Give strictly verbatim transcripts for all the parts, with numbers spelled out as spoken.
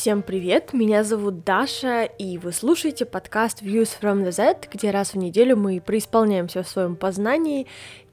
Всем привет, меня зовут Даша, и вы слушаете подкаст Views from the Z, где раз в неделю мы преисполняемся в своем познании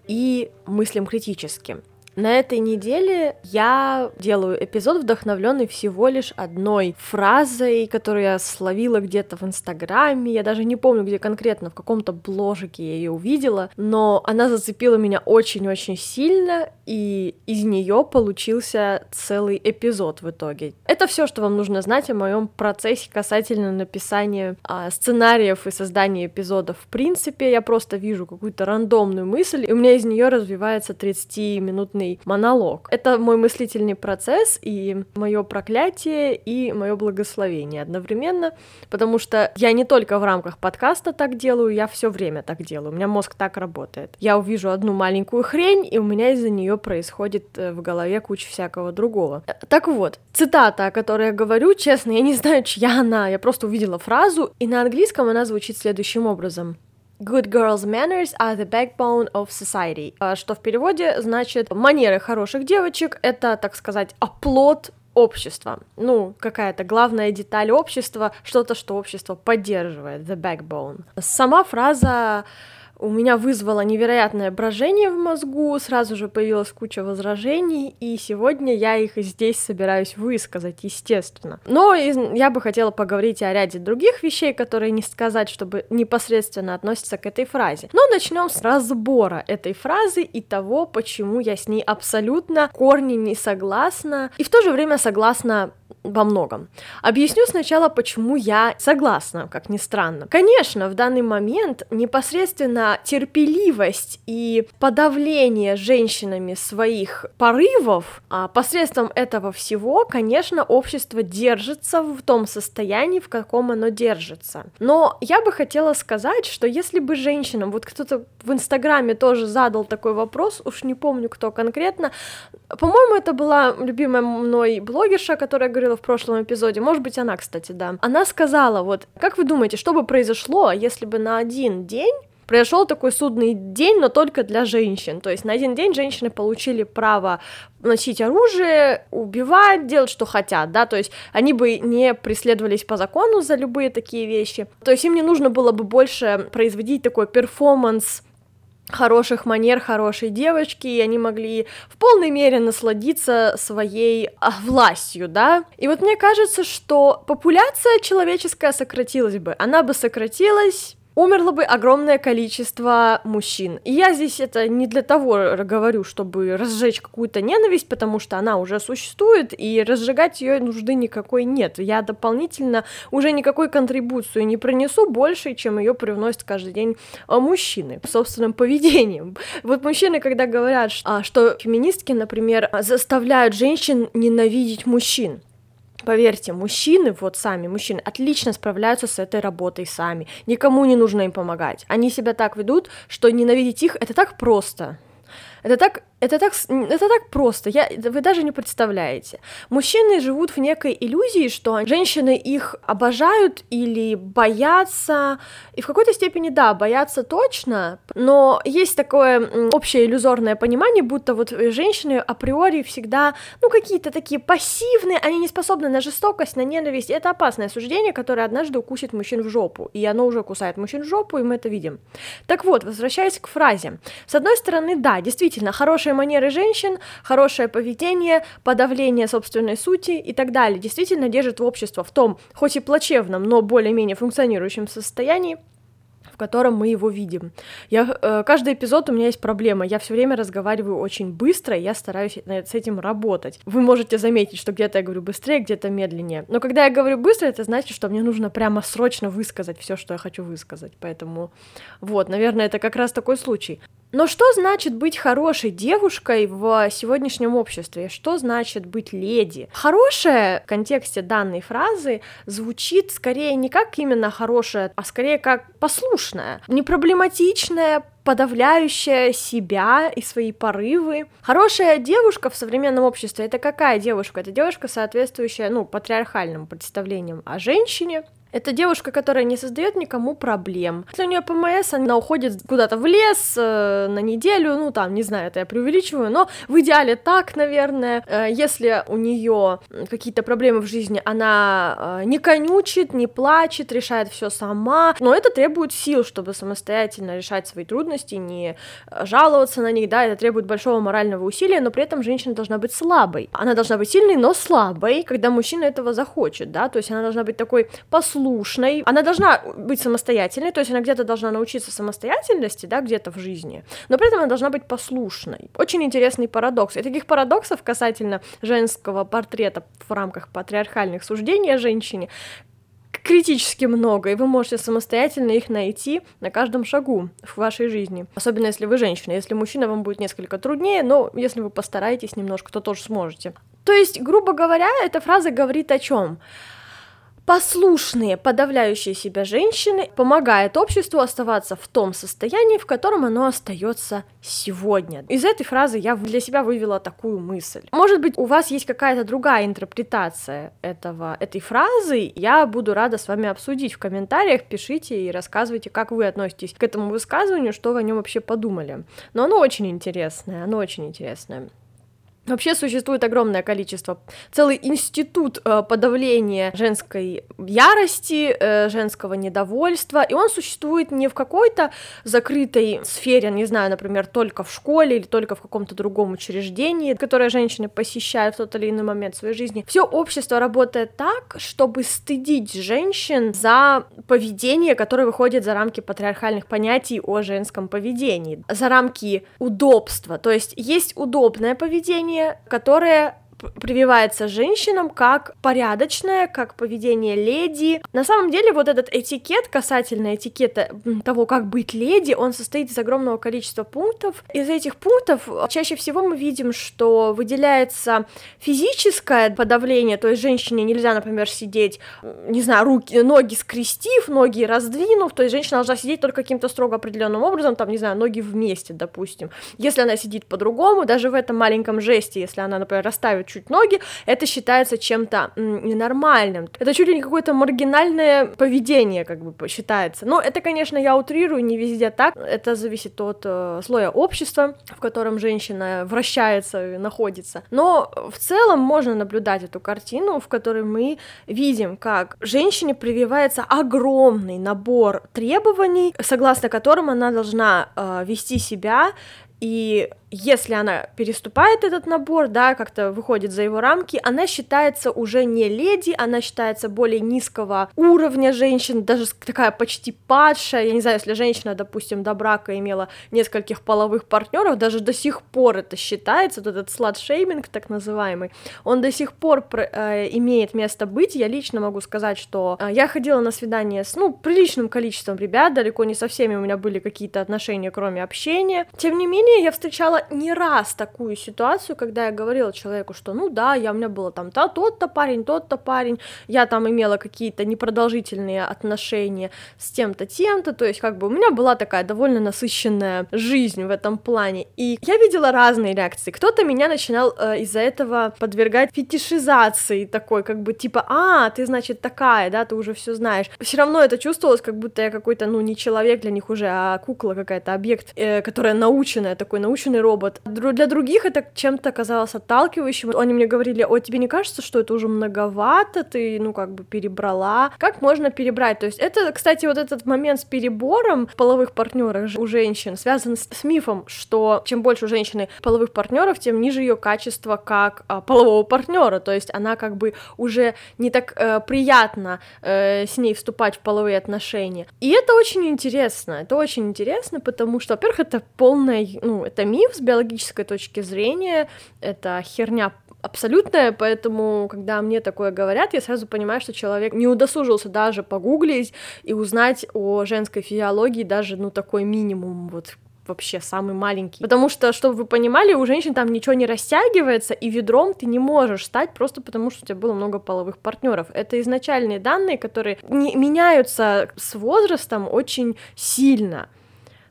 и мыслим критически. На этой неделе я делаю эпизод, вдохновленный всего лишь одной фразой, которую я словила где-то в Инстаграме. Я даже не помню, где конкретно, в каком-то бложике я ее увидела, но она зацепила меня очень-очень сильно, и из нее получился целый эпизод в итоге. Это все, что вам нужно знать о моем процессе касательно написания а, сценариев и создания эпизодов. В принципе, я просто вижу какую-то рандомную мысль, и у меня из нее развивается тридцатиминутный монолог. Это мой мыслительный процесс и мое проклятие, и мое благословение одновременно, потому что я не только в рамках подкаста так делаю, я все время так делаю. У меня мозг так работает. Я увижу одну маленькую хрень, и у меня из-за нее происходит в голове куча всякого другого. Так вот, цитата, о которой я говорю, честно, я не знаю, чья она, я просто увидела фразу, и на английском она звучит следующим образом. Good girls' manners are the backbone of society, что в переводе значит «манеры хороших девочек» — это, так сказать, оплот общества. Ну, какая-то главная деталь общества, что-то, что общество поддерживает, the backbone. Сама фраза у меня вызвала невероятное брожение в мозгу, сразу же появилась куча возражений, и сегодня я их здесь собираюсь высказать, естественно. Но я бы хотела поговорить о ряде других вещей, которые не сказать, чтобы непосредственно относятся к этой фразе. Но начнем с разбора этой фразы и того, почему я с ней абсолютно корни не согласна, и в то же время согласна во многом. Объясню сначала, почему я согласна, как ни странно. Конечно, в данный момент непосредственно терпеливость и подавление женщинами своих порывов, а посредством этого всего, конечно, общество держится в том состоянии, в каком оно держится. Но я бы хотела сказать, что если бы женщинам, вот кто-то в Инстаграме тоже задал такой вопрос, уж не помню, кто конкретно, по-моему, это была любимая мной блогерша, которая говорила в прошлом эпизоде, может быть, она, кстати, да. Она сказала, вот, как вы думаете, что бы произошло, если бы на один день произошел такой судный день, но только для женщин, то есть на один день женщины получили право носить оружие, убивать, делать, что хотят, да, то есть они бы не преследовались по закону за любые такие вещи, то есть им не нужно было бы больше производить такой перформанс хороших манер, хорошей девочки, и они могли в полной мере насладиться своей а, властью, да. И вот мне кажется, что популяция человеческая сократилась бы, она бы сократилась, умерло бы огромное количество мужчин. И я здесь это не для того говорю, чтобы разжечь какую-то ненависть, потому что она уже существует, и разжигать ее нужды никакой нет. Я дополнительно уже никакой контрибуции не принесу больше, чем ее привносят каждый день мужчины собственным поведением. Вот мужчины, когда говорят, что феминистки, например, заставляют женщин ненавидеть мужчин, поверьте, мужчины, вот сами мужчины, отлично справляются с этой работой сами. Никому не нужно им помогать. Они себя так ведут, что ненавидеть их — это так просто. Это так, это так, это так просто, я, вы даже не представляете. Мужчины живут в некой иллюзии, что женщины их обожают или боятся, и в какой-то степени, да, боятся точно, но есть такое общее иллюзорное понимание, будто вот женщины априори всегда, ну, какие-то такие пассивные, они не способны на жестокость, на ненависть, и это опасное суждение, которое однажды укусит мужчин в жопу, и оно уже кусает мужчин в жопу, и мы это видим. Так вот, возвращаясь к фразе, с одной стороны, да, действительно, хорошие манеры женщин, хорошее поведение, подавление собственной сути и так далее действительно держит общество в том, хоть и плачевном, но более-менее функционирующем состоянии, в котором мы его видим. Я, э, каждый эпизод у меня есть проблема, я все время разговариваю очень быстро, и я стараюсь с этим работать. Вы можете заметить, что где-то я говорю быстрее, где-то медленнее, но когда я говорю быстро, это значит, что мне нужно прямо срочно высказать все, что я хочу высказать, поэтому вот, наверное, это как раз такой случай. Но что значит быть хорошей девушкой в сегодняшнем обществе? Что значит быть леди? Хорошая в контексте данной фразы звучит скорее не как именно хорошая, а скорее как послушная, непроблематичная, подавляющая себя и свои порывы. Хорошая девушка в современном обществе — это какая девушка? Это девушка, соответствующая, ну, патриархальным представлениям о женщине. Это девушка, которая не создает никому проблем. Если у нее ПМС, она уходит куда-то в лес э, на неделю, ну там, не знаю, это я преувеличиваю, но в идеале так, наверное. Э, если у нее какие-то проблемы в жизни, она э, не конючит, не плачет, решает все сама, но это требует сил, чтобы самостоятельно решать свои трудности, не жаловаться на них, да, это требует большого морального усилия, но при этом женщина должна быть слабой. Она должна быть сильной, но слабой, когда мужчина этого захочет, да, то есть она должна быть такой послушной, она должна быть самостоятельной, то есть она где-то должна научиться самостоятельности, да, где-то в жизни, но при этом она должна быть послушной. Очень интересный парадокс. И таких парадоксов касательно женского портрета в рамках патриархальных суждений о женщине критически много, и вы можете самостоятельно их найти на каждом шагу в вашей жизни, особенно если вы женщина. Если мужчина, вам будет несколько труднее, но если вы постараетесь немножко, то тоже сможете. То есть, грубо говоря, эта фраза говорит о чем? Послушные, подавляющие себя женщины помогают обществу оставаться в том состоянии, в котором оно остается сегодня. Из этой фразы я для себя вывела такую мысль. Может быть, у вас есть какая-то другая интерпретация этого, этой фразы, я буду рада с вами обсудить в комментариях, пишите и рассказывайте, как вы относитесь к этому высказыванию, что вы о нем вообще подумали. Но оно очень интересное, оно очень интересное. Вообще существует огромное количество, целый институт э, подавления женской ярости, э, женского недовольства, и он существует не в какой-то закрытой сфере, не знаю, например, только в школе или только в каком-то другом учреждении, которое женщины посещают в тот или иной момент своей жизни. Все общество работает так, чтобы стыдить женщин за поведение, которое выходит за рамки патриархальных понятий о женском поведении, за рамки удобства, то есть есть удобное поведение, которое прививается женщинам как порядочное, как поведение леди. На самом деле вот этот этикет, касательно этикета того, как быть леди, он состоит из огромного количества пунктов. Из этих пунктов чаще всего мы видим, что выделяется физическое подавление, то есть женщине нельзя, например, сидеть, не знаю, руки, ноги скрестив, ноги раздвинув, то есть женщина должна сидеть только каким-то строго определенным образом, там, не знаю, ноги вместе, допустим. Если она сидит по-другому, даже в этом маленьком жесте, если она, например, расставит чуть ноги, это считается чем-то м, ненормальным. Это чуть ли не какое-то маргинальное поведение, как бы считается. Но это, конечно, я утрирую, не везде так. Это зависит от э, слоя общества, в котором женщина вращается и находится. Но в целом можно наблюдать эту картину, в которой мы видим, как женщине прививается огромный набор требований, согласно которым она должна э, вести себя. И если она переступает этот набор, да, как-то выходит за его рамки, она считается уже не леди, она считается более низкого уровня женщин, даже такая почти падшая. Я не знаю, если женщина, допустим, до брака имела нескольких половых партнеров, даже до сих пор это считается, вот этот сладшейминг так называемый, он до сих пор э, имеет место быть. Я лично могу сказать, что э, я ходила на свидания с, ну, приличным количеством ребят, далеко не со всеми у меня были какие-то отношения, кроме общения. Тем не менее, я встречала не раз такую ситуацию, когда я говорила человеку, что ну да, я, у меня было там то, тот-то парень, тот-то парень, я там имела какие-то непродолжительные отношения с тем-то, тем-то, то есть как бы у меня была такая довольно насыщенная жизнь в этом плане, и я видела разные реакции. Кто-то меня начинал э, из-за этого подвергать фетишизации такой, как бы типа, а, ты, значит, такая, да, ты уже все знаешь. Все равно это чувствовалось, как будто я какой-то, ну, не человек для них уже, а кукла какая-то, объект, э, которая наученная, такой наученный робот. Для других это чем-то казалось отталкивающим. Они мне говорили: о, тебе не кажется, что это уже многовато, ты, ну, как бы перебрала? Как можно перебрать? То есть это, кстати, вот этот момент с перебором в половых партнерах у женщин связан с, с мифом, что чем больше у женщины половых партнеров, тем ниже ее качество как а, полового партнера. То есть она как бы уже не так э, приятно э, с ней вступать в половые отношения. И это очень интересно. Это очень интересно, потому что, во-первых, это полная, ну, это миф с биологической точки зрения, это херня абсолютная, поэтому, когда мне такое говорят, я сразу понимаю, что человек не удосужился даже погуглить и узнать о женской физиологии даже, ну, такой минимум, вот, вообще самый маленький. Потому что, чтобы вы понимали, у женщин там ничего не растягивается, и ведром ты не можешь стать просто потому, что у тебя было много половых партнеров. Это изначальные данные, которые не меняются с возрастом очень сильно.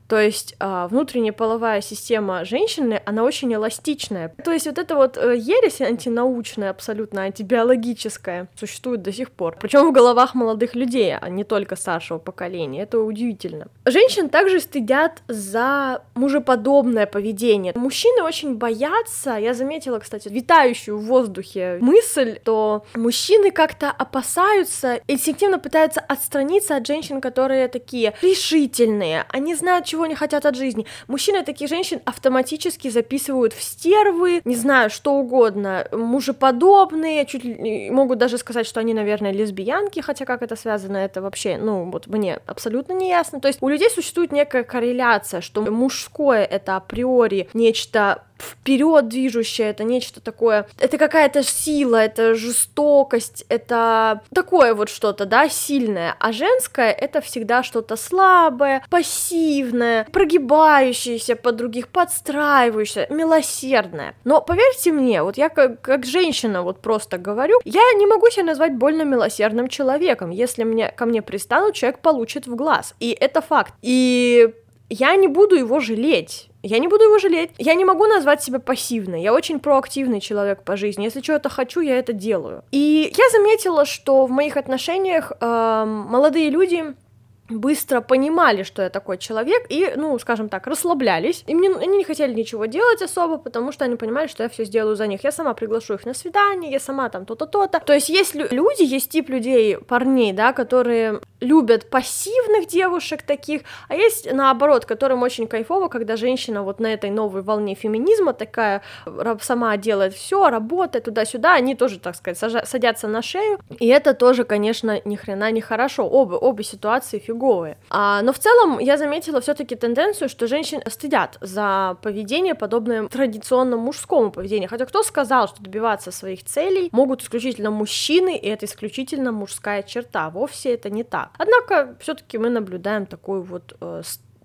То есть э, внутренняя половая система женщины, она очень эластичная. То есть вот эта вот э, ересь антинаучная, абсолютно антибиологическая, существует до сих пор. Причем в головах молодых людей, а не только старшего поколения. Это удивительно. Женщин также стыдят за мужеподобное поведение. Мужчины очень боятся, я заметила, кстати, витающую в воздухе мысль, что мужчины как-то опасаются, инстинктивно пытаются отстраниться от женщин, которые такие решительные, они знают, чего они хотят от жизни. Мужчины таких женщин автоматически записывают в стервы, не знаю, что угодно, мужеподобные, чуть ли могут даже сказать, что они, наверное, лесбиянки, хотя как это связано, это вообще, ну, вот мне абсолютно не ясно. То есть у людей существует некая корреляция, что мужское — это априори нечто вперед движущее, это нечто такое, это какая-то сила, это жестокость, это такое вот что-то, да, сильное, а женское — это всегда что-то слабое, пассивное, прогибающееся под других, подстраивающееся, милосердное. Но поверьте мне, вот я как, как женщина вот просто говорю, я не могу себя назвать больно милосердным человеком. Если мне, ко мне пристанут, человек получит в глаз, и это факт. И я не буду его жалеть. Я не буду его жалеть. Я не могу назвать себя пассивной. Я очень проактивный человек по жизни. Если чего-то хочу, я это делаю. И я заметила, что в моих отношениях э, молодые люди быстро понимали, что я такой человек, и, ну, скажем так, расслаблялись. И мне, они не хотели ничего делать особо, потому что они понимали, что я все сделаю за них. Я сама приглашу их на свидание, я сама там то-то, то-то. То есть есть люди, есть тип людей, парней, да, которые любят пассивных девушек таких, а есть, наоборот, которым очень кайфово, когда женщина вот на этой новой волне феминизма такая сама делает все, работает туда-сюда, они тоже, так сказать, садятся на шею, и это тоже, конечно, ни хрена не хорошо. Оба, обе ситуации фигурные. А, но в целом я заметила все-таки тенденцию, что женщин стыдят за поведение, подобное традиционному мужскому поведению. Хотя кто сказал, что добиваться своих целей могут исключительно мужчины, и это исключительно мужская черта? Вовсе это не так. Однако все-таки мы наблюдаем такую вот э,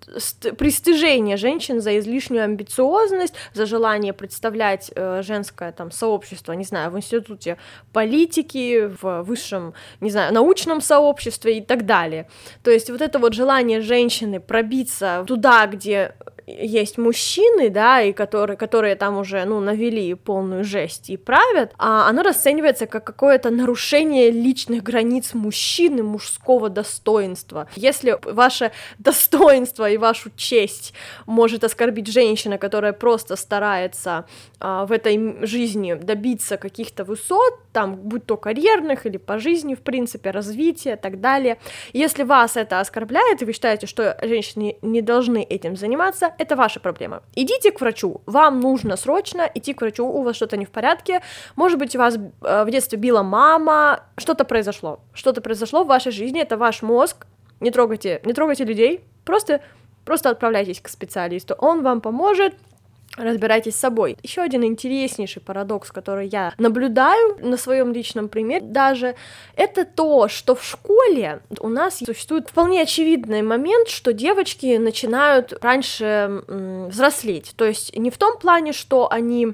пристыжение женщин за излишнюю амбициозность, за желание представлять э, женское там сообщество, не знаю, в институте политики, в высшем, не знаю, научном сообществе и так далее. То есть вот это вот желание женщины пробиться туда, где есть мужчины, да, и которые, которые там уже, ну, навели полную жесть и правят, а оно расценивается как какое-то нарушение личных границ мужчины, мужского достоинства. Если ваше достоинство и вашу честь может оскорбить женщина, которая просто старается а, в этой жизни добиться каких-то высот, там, будь то карьерных или по жизни, в принципе, развития и так далее, если вас это оскорбляет, и вы считаете, что женщины не должны этим заниматься, это ваша проблема. Идите к врачу, вам нужно срочно идти к врачу, у вас что-то не в порядке, может быть, вас в детстве била мама, что-то произошло, что-то произошло в вашей жизни, это ваш мозг, не трогайте, не трогайте людей, просто, просто отправляйтесь к специалисту, он вам поможет, разбирайтесь с собой. Еще один интереснейший парадокс, который я наблюдаю на своем личном примере даже, это то, что в школе у нас существует вполне очевидный момент, что девочки начинают раньше м, взрослеть. То есть не в том плане, что они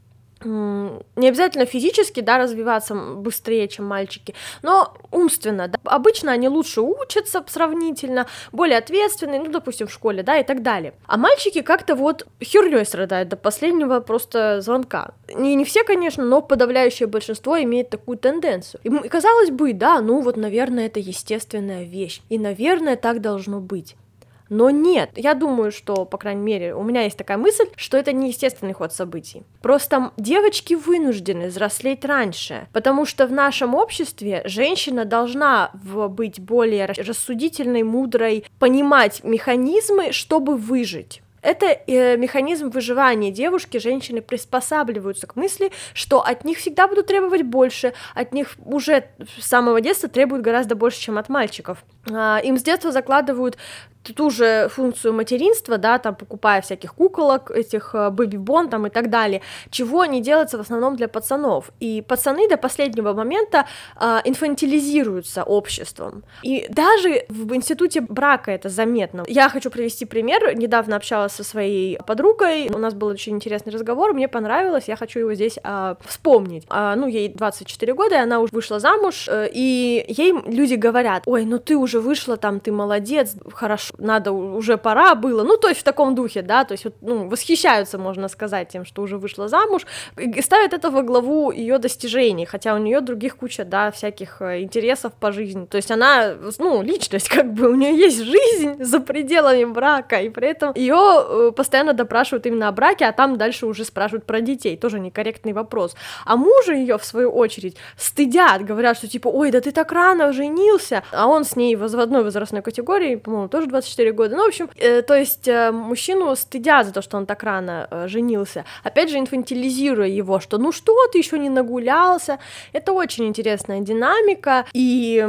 не обязательно физически, да, развиваться быстрее, чем мальчики, но умственно, да. Обычно они лучше учатся сравнительно, более ответственные, ну, допустим, в школе, да, и так далее. А мальчики как-то вот хернёй страдают до последнего просто звонка. Не, не все, конечно, но подавляющее большинство имеет такую тенденцию. И казалось бы, да, ну вот, наверное, это естественная вещь, и, наверное, так должно быть. Но нет, я думаю, что, по крайней мере, у меня есть такая мысль, что это не естественный ход событий. Просто девочки вынуждены взрослеть раньше, потому что в нашем обществе женщина должна быть более рассудительной, мудрой, понимать механизмы, чтобы выжить. Это э, механизм выживания девушки, женщины приспосабливаются к мысли, что от них всегда будут требовать больше, от них уже с самого детства требуют гораздо больше, чем от мальчиков. А, им с детства закладывают ту же функцию материнства, да, там, покупая всяких куколок, этих бэби-бон там и так далее, чего не делается в основном для пацанов. И пацаны до последнего момента э, инфантилизируются обществом. И даже в институте брака это заметно. Я хочу привести пример. Недавно общалась со своей подругой, у нас был очень интересный разговор, мне понравилось, я хочу его здесь э, вспомнить. Э, ну, ей двадцать четыре года, и она уже вышла замуж, э, и ей люди говорят: ой, ну ты уже вышла, там, ты молодец, хорошо, надо, уже пора было, ну, то есть в таком духе, да, то есть, вот, ну, восхищаются, можно сказать, тем, что уже вышла замуж, и ставят это во главу ее достижений, хотя у нее других куча, да, всяких интересов по жизни, то есть она, ну, личность, как бы, у нее есть жизнь за пределами брака, и при этом ее постоянно допрашивают именно о браке, а там дальше уже спрашивают про детей, тоже некорректный вопрос, а мужа ее, в свою очередь, стыдят, говорят, что типа, ой, да ты так рано женился, а он с ней в одной возрастной категории, по-моему, тоже двадцать четыре года, ну, в общем, э, то есть э, мужчину стыдят за то, что он так рано э, женился, опять же, инфантилизируя его, что ну что, ты еще не нагулялся, это очень интересная динамика, и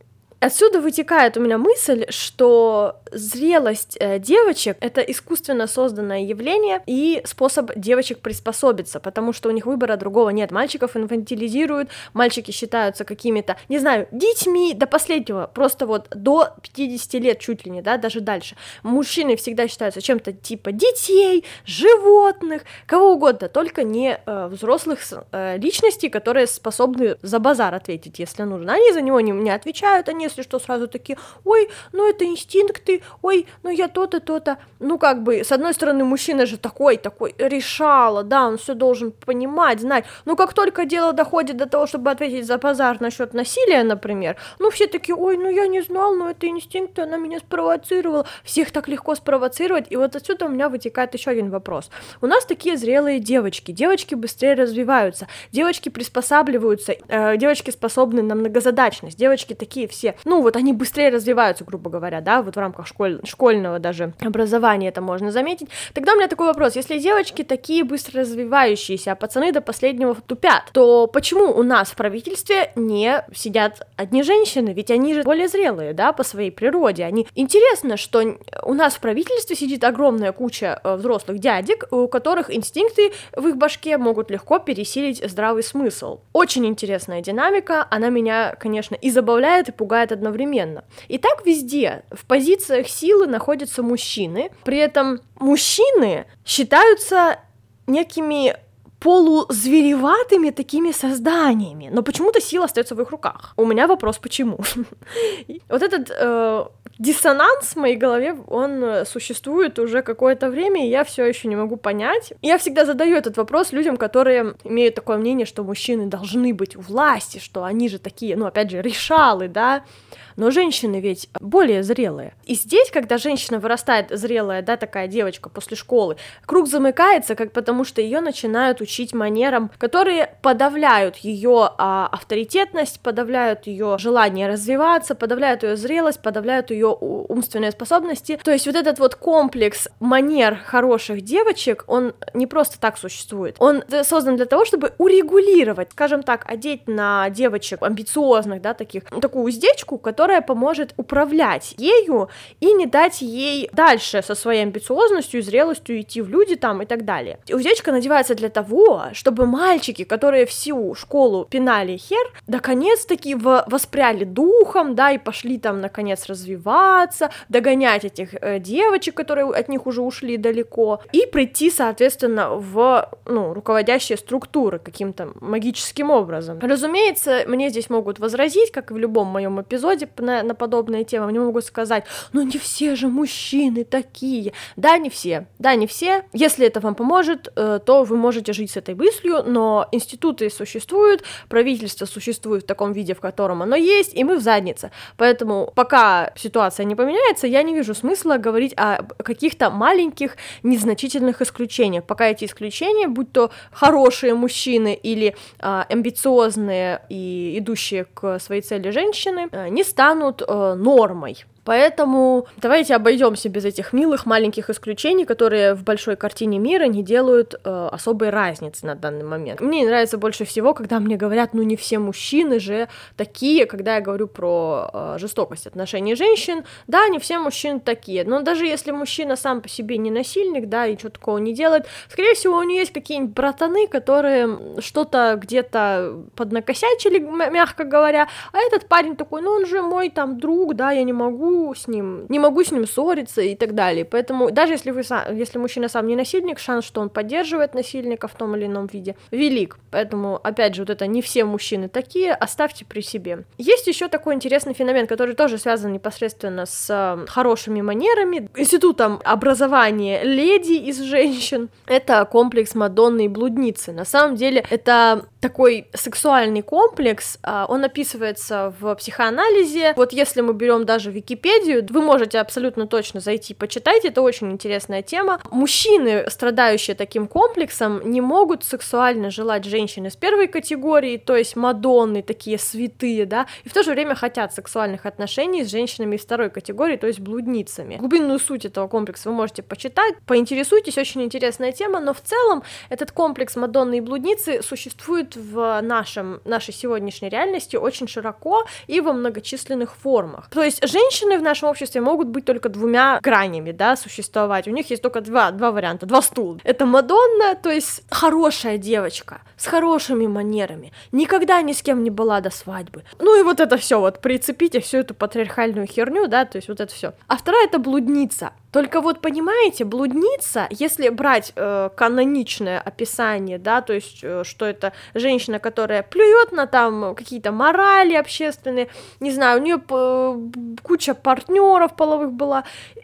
отсюда вытекает у меня мысль, что зрелость э, девочек — это искусственно созданное явление и способ девочек приспособиться, потому что у них выбора другого нет. Мальчиков инфантилизируют, мальчики считаются какими-то, не знаю, детьми до последнего, просто вот до пятидесяти лет чуть ли не, да, даже дальше. Мужчины всегда считаются чем-то типа детей, животных, кого угодно, только не э, взрослых э, личностей, которые способны за базар ответить, если нужно. Они за него не, не отвечают, они, если что, сразу такие, ой, ну это инстинкты, ой, ну я то-то, то-то. Ну как бы, с одной стороны, мужчина же такой, такой решала, да, он все должен понимать, знать, но как только дело доходит до того, чтобы ответить за базар насчет насилия, например, ну все такие, ой, ну я не знал, но это инстинкты, она меня спровоцировала, всех так легко спровоцировать, и вот отсюда у меня вытекает еще один вопрос. У нас такие зрелые девочки, девочки быстрее развиваются, девочки приспосабливаются, э, девочки способны на многозадачность, девочки такие все, ну вот они быстрее развиваются, грубо говоря, да, вот в рамках школь... школьного даже образования это можно заметить. Тогда у меня такой вопрос, если девочки такие быстро развивающиеся, а пацаны до последнего тупят, то почему у нас в правительстве не сидят одни женщины, ведь они же более зрелые, да, по своей природе, они... Интересно, что у нас в правительстве сидит огромная куча э, взрослых дядек, у которых инстинкты в их башке могут легко пересилить здравый смысл. Очень интересная динамика, она меня, конечно, и забавляет, и пугает одновременно. И так везде в позициях силы находятся мужчины, при этом мужчины считаются некими полузвереватыми такими созданиями, но почему-то сила остается в их руках. У меня вопрос, почему? Вот этот э, диссонанс в моей голове, он существует уже какое-то время, и я все еще не могу понять. Я всегда задаю этот вопрос людям, которые имеют такое мнение, что мужчины должны быть у власти, что они же такие, ну, опять же, решалы, да, но женщины ведь более зрелые. И здесь, когда женщина вырастает зрелая, да, такая девочка после школы, круг замыкается, как потому что ее начинают учить манерам, которые подавляют ее а, авторитетность, подавляют ее желание развиваться, подавляют ее зрелость, подавляют ее умственные способности. То есть вот этот вот комплекс манер хороших девочек, он не просто так существует. Он создан для того, чтобы урегулировать, скажем так, одеть на девочек амбициозных, да, таких, такую уздечку, которая поможет управлять ею и не дать ей дальше со своей амбициозностью и зрелостью идти в люди там и так далее. И уздечка надевается для того, чтобы мальчики, которые всю школу пинали хер, наконец-таки в- воспряли духом, да, и пошли там, наконец, развиваться, догонять этих э, девочек, которые от них уже ушли далеко, и прийти, соответственно, в, ну, руководящие структуры каким-то магическим образом. Разумеется, мне здесь могут возразить, как и в любом моем эпизоде на, на подобные темы, мне могут сказать, ну не все же мужчины такие. Да, не все, да, не все. Если это вам поможет, э, то вы можете жить с этой мыслью, но институты существуют, правительство существует в таком виде, в котором оно есть, и мы в заднице. Поэтому пока ситуация не поменяется, я не вижу смысла говорить о каких-то маленьких, незначительных исключениях. Пока эти исключения, будь то хорошие мужчины или э, амбициозные и идущие к своей цели женщины, э, не станут э, нормой. Поэтому давайте обойдемся без этих милых маленьких исключений, которые в большой картине мира не делают э, особой разницы на данный момент. Мне нравится больше всего, когда мне говорят, ну не все мужчины же такие, когда я говорю про э, жестокость отношений женщин, да, не все мужчины такие, но даже если мужчина сам по себе не насильник, да, и ничего такого не делает, скорее всего, у него есть какие-нибудь братаны, которые что-то где-то поднакосячили, мягко говоря, а этот парень такой, ну он же мой там друг, да, я не могу сплю с ним, не могу с ним ссориться и так далее. Поэтому даже если, вы, если мужчина сам не насильник, шанс, что он поддерживает насильника в том или ином виде, велик. Поэтому, опять же, вот это не все мужчины такие, оставьте при себе. Есть еще такой интересный феномен, который тоже связан непосредственно с хорошими манерами, институтом образования леди из женщин. Это комплекс Мадонны и блудницы. На самом деле, это такой сексуальный комплекс, он описывается в психоанализе. Вот если мы берем даже Википедию, вы можете абсолютно точно зайти, почитать, это очень интересная тема. Мужчины, страдающие таким комплексом, не могут сексуально желать женщин из первой категории, то есть Мадонны, такие святые, да, и в то же время хотят сексуальных отношений с женщинами из второй категории, то есть блудницами. Глубинную суть этого комплекса вы можете почитать, поинтересуйтесь, очень интересная тема, но в целом этот комплекс Мадонны и блудницы существует в нашем, нашей сегодняшней реальности очень широко и во многочисленных формах. То есть женщины в нашем обществе могут быть только двумя гранями, да, существовать. У них есть только два, два варианта, два стула. Это Мадонна, то есть хорошая девочка с хорошими манерами, никогда ни с кем не была до свадьбы. Ну и вот это все, вот прицепите всю эту патриархальную херню, да, то есть вот это все. А вторая это блудница. Только вот понимаете, блудница, если брать э, каноничное описание, да, то есть э, что это женщина, которая плюет на там какие-то морали общественные, не знаю, у нее э, куча партнеров половых была,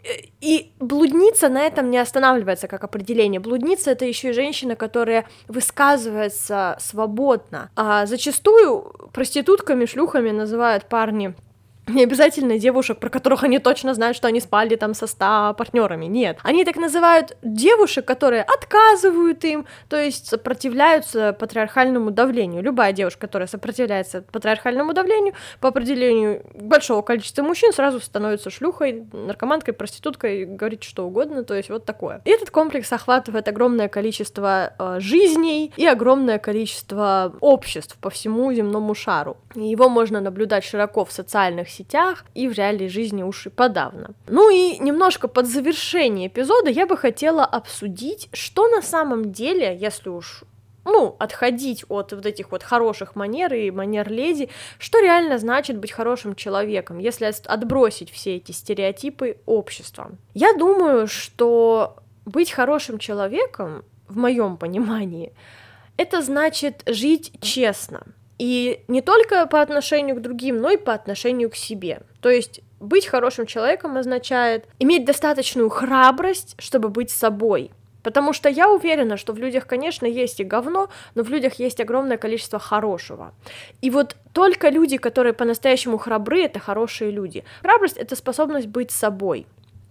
и блудница на этом не останавливается как определение. Блудница — это еще и женщина, которая высказывается свободно. А зачастую проститутками, шлюхами называют парни не обязательно девушек, про которых они точно знают, что они спали там со ста партнерами. Нет. Они так называют девушек, которые отказывают им, то есть сопротивляются патриархальному давлению. Любая девушка, которая сопротивляется патриархальному давлению, по определению большого количества мужчин сразу становится шлюхой, наркоманкой, проституткой, говорит что угодно, то есть вот такое. И этот комплекс охватывает огромное количество э, жизней и огромное количество обществ по всему земному шару. И его можно наблюдать широко в социальных сетях и в реальной жизни уж и подавно. Ну и немножко под завершение эпизода я бы хотела обсудить, что на самом деле, если уж ну, отходить от вот этих вот хороших манер и манер леди, что реально значит быть хорошим человеком, если отбросить все эти стереотипы общества. Я думаю, что быть хорошим человеком, в моем понимании, это значит жить честно. И не только по отношению к другим, но и по отношению к себе. То есть быть хорошим человеком означает иметь достаточную храбрость, чтобы быть собой. Потому что я уверена, что в людях, конечно, есть и говно, но в людях есть огромное количество хорошего. И вот только люди, которые по-настоящему храбры, это хорошие люди. Храбрость — это способность быть собой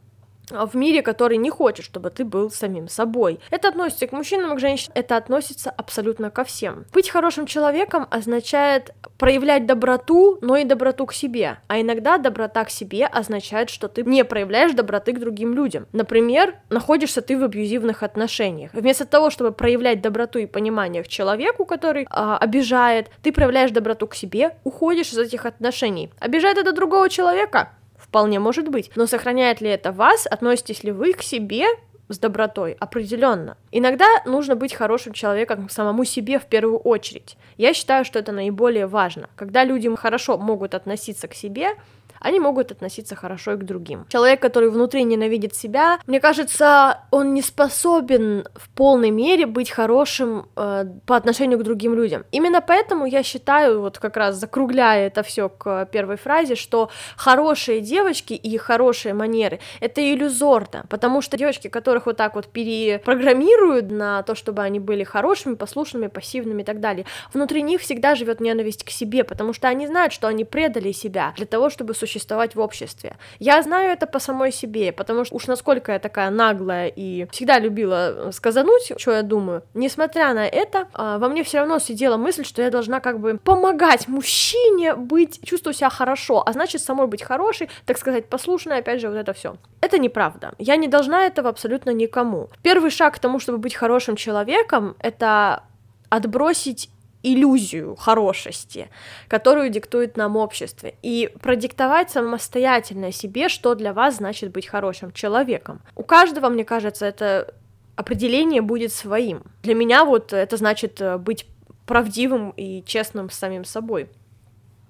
в мире, который не хочет, чтобы ты был самим собой. Это относится к мужчинам и к женщинам, это относится абсолютно ко всем. Быть хорошим человеком означает проявлять доброту, но и доброту к себе. А иногда доброта к себе означает, что ты не проявляешь доброты к другим людям. Например, находишься ты в абьюзивных отношениях. Вместо того, чтобы проявлять доброту и понимание к человеку, который а, обижает, ты проявляешь доброту к себе, уходишь из этих отношений. Обижает это другого человека? Вполне может быть. Но сохраняет ли это вас? Относитесь ли вы к себе с добротой? Определенно. Иногда нужно быть хорошим человеком к самому себе в первую очередь. Я считаю, что это наиболее важно. Когда люди хорошо могут относиться к себе, они могут относиться хорошо и к другим. Человек, который внутри ненавидит себя, мне кажется, он не способен в полной мере быть хорошим э, по отношению к другим людям. Именно поэтому я считаю, вот как раз закругляя это все к первой фразе, что хорошие девочки и хорошие манеры — это иллюзорно, потому что девочки, которых вот так вот перепрограммируют на то, чтобы они были хорошими, послушными, пассивными и так далее, внутри них всегда живет ненависть к себе, потому что они знают, что они предали себя для того, чтобы существовать существовать в обществе. Я знаю это по самой себе, потому что уж насколько я такая наглая и всегда любила сказануть, что я думаю, несмотря на это, во мне все равно сидела мысль, что я должна как бы помогать мужчине быть, чувствовать себя хорошо, а значит самой быть хорошей, так сказать, послушной, опять же, вот это все. Это неправда. Я не должна этого абсолютно никому. Первый шаг к тому, чтобы быть хорошим человеком, это отбросить иллюзию хорошести, которую диктует нам общество, и продиктовать самостоятельно себе, что для вас значит быть хорошим человеком. У каждого, мне кажется, это определение будет своим. Для меня вот это значит быть правдивым и честным с самим собой.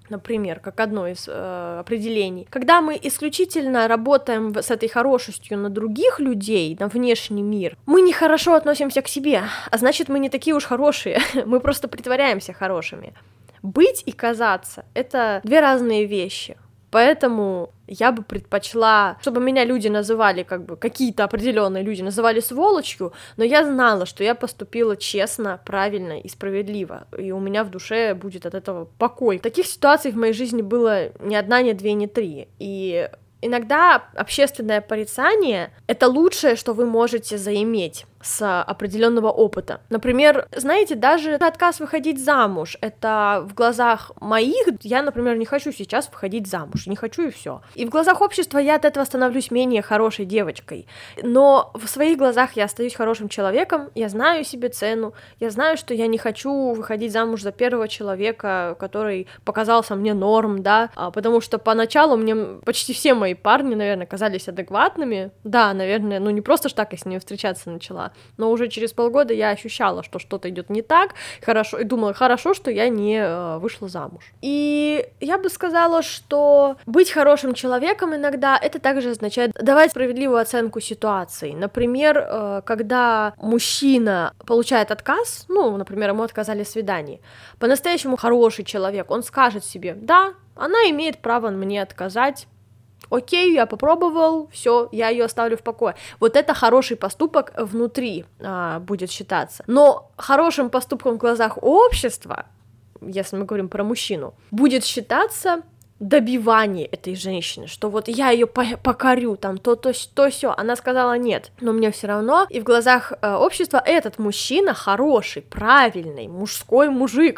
например, как одно из э, определений. Когда мы исключительно работаем с этой хорошестью на других людей, на внешний мир, мы нехорошо относимся к себе, а значит, мы не такие уж хорошие, мы просто притворяемся хорошими. Быть и казаться — это две разные вещи. Поэтому я бы предпочла, чтобы меня люди называли, как бы, какие-то определенные люди называли сволочью, но я знала, что я поступила честно, правильно и справедливо, и у меня в душе будет от этого покой. Таких ситуаций в моей жизни было ни одна, ни две, ни три, и иногда общественное порицание — это лучшее, что вы можете заиметь с определенного опыта. Например, знаете, даже отказ выходить замуж — это в глазах моих, я, например, не хочу сейчас выходить замуж, не хочу и все. И в глазах общества я от этого становлюсь менее хорошей девочкой, но в своих глазах я остаюсь хорошим человеком, я знаю себе цену, я знаю, что я не хочу выходить замуж за первого человека, который показался мне норм, да, потому что поначалу мне почти все мои парни, наверное, казались адекватными, да, наверное, ну не просто ж так я с ними встречаться начала, но уже через полгода я ощущала, что что-то идет не так, хорошо, и думала, хорошо, что я не э, вышла замуж. И я бы сказала, что быть хорошим человеком иногда это также означает давать справедливую оценку ситуации. Например, э, когда мужчина получает отказ, ну, например, ему отказали в свидании, по-настоящему хороший человек, он скажет себе, да, она имеет право мне отказать, окей, я попробовал, все, я ее оставлю в покое. Вот это хороший поступок внутри а, будет считаться. Но хорошим поступком в глазах общества, если мы говорим про мужчину, будет считаться добивание этой женщины, что вот я ее покорю, там то-то, то-сё. Она сказала нет, но мне все равно. И в глазах э, общества этот мужчина хороший, правильный, мужской мужик.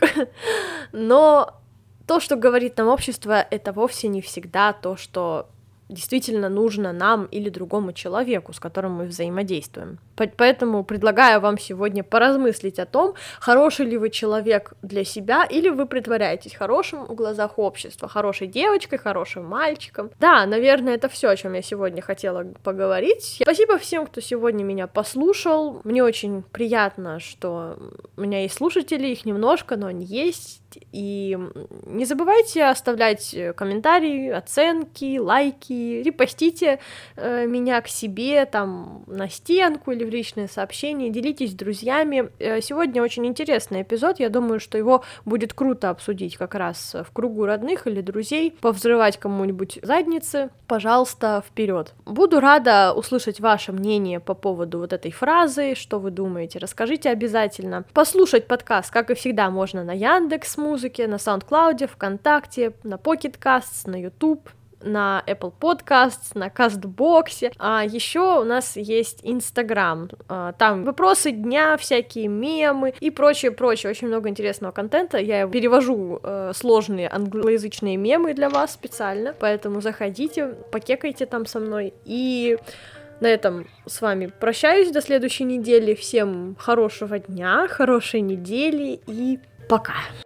Но то, что говорит нам общество, это вовсе не всегда то, что действительно нужно нам или другому человеку, с которым мы взаимодействуем. Поэтому предлагаю вам сегодня поразмыслить о том, хороший ли вы человек для себя, или вы притворяетесь хорошим в глазах общества, хорошей девочкой, хорошим мальчиком. Да, наверное, это все, о чем я сегодня хотела поговорить. Спасибо всем, кто сегодня меня послушал. Мне очень приятно, что у меня есть слушатели, их немножко, но они есть. И не забывайте оставлять комментарии, оценки, лайки, репостите э, меня к себе там на стенку или в личные сообщения, делитесь с друзьями. Э, сегодня очень интересный эпизод, я думаю, что его будет круто обсудить как раз в кругу родных или друзей, повзрывать кому-нибудь задницы, пожалуйста, вперед. Буду рада услышать ваше мнение по поводу вот этой фразы, что вы думаете, расскажите обязательно. Послушать подкаст, как и всегда, можно на Яндекс.Музыке, на SoundCloud, ВКонтакте, на Pocket Casts, на YouTube, на Apple Podcasts, на Кастбоксе. А еще у нас есть Instagram. А, там вопросы дня, всякие мемы и прочее-прочее. Очень много интересного контента. Я перевожу э, сложные англоязычные мемы для вас специально, поэтому заходите, покекайте там со мной. И на этом с вами прощаюсь до следующей недели. Всем хорошего дня, хорошей недели и пока!